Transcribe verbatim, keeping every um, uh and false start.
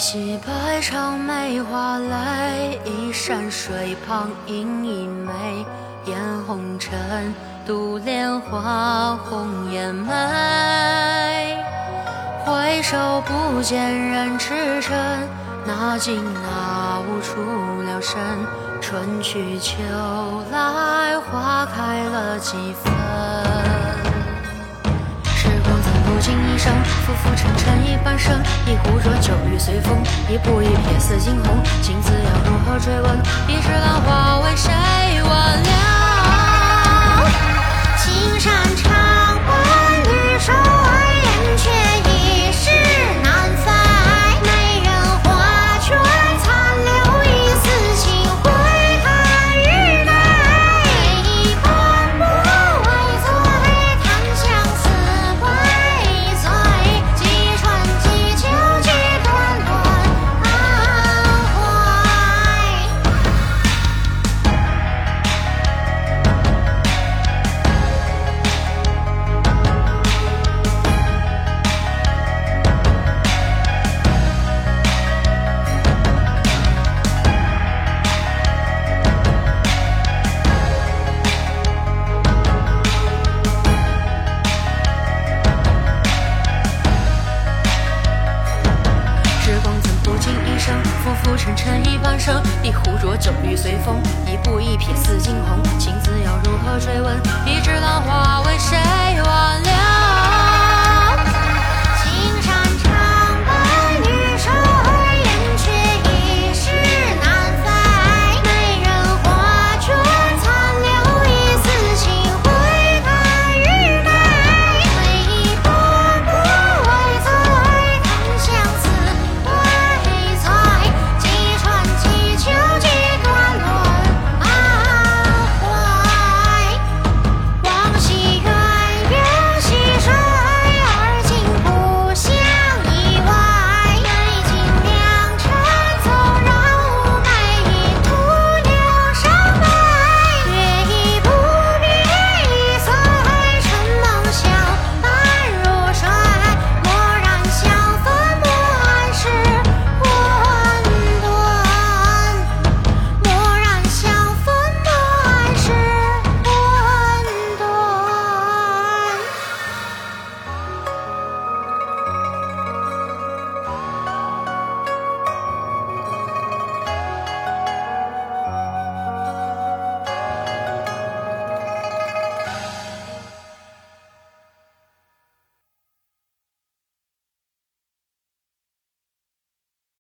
洗白长梅花泪，一山水旁映一眉。艳红尘，独怜花红颜美。回首不见人驰骋，那尽那无出了神。春去秋来，花开了几分。时光曾不经一生，浮浮沉沉一半生。一壶浊酒欲随风，一步一瞥似惊鸿。情字要如何追问？一枝兰花为谁挽留？青山长问绿手而言，却一时难飞。美人画卷残留一丝情回，看日美。一番不为醉，谈相思为醉。几春几秋几段段安怀。时光曾不经一生，浮浮沉沉一半生。一壶浊酒欲随风，一步一瞥似惊鸿。情字要如何追问？一枝兰花为谁挽留？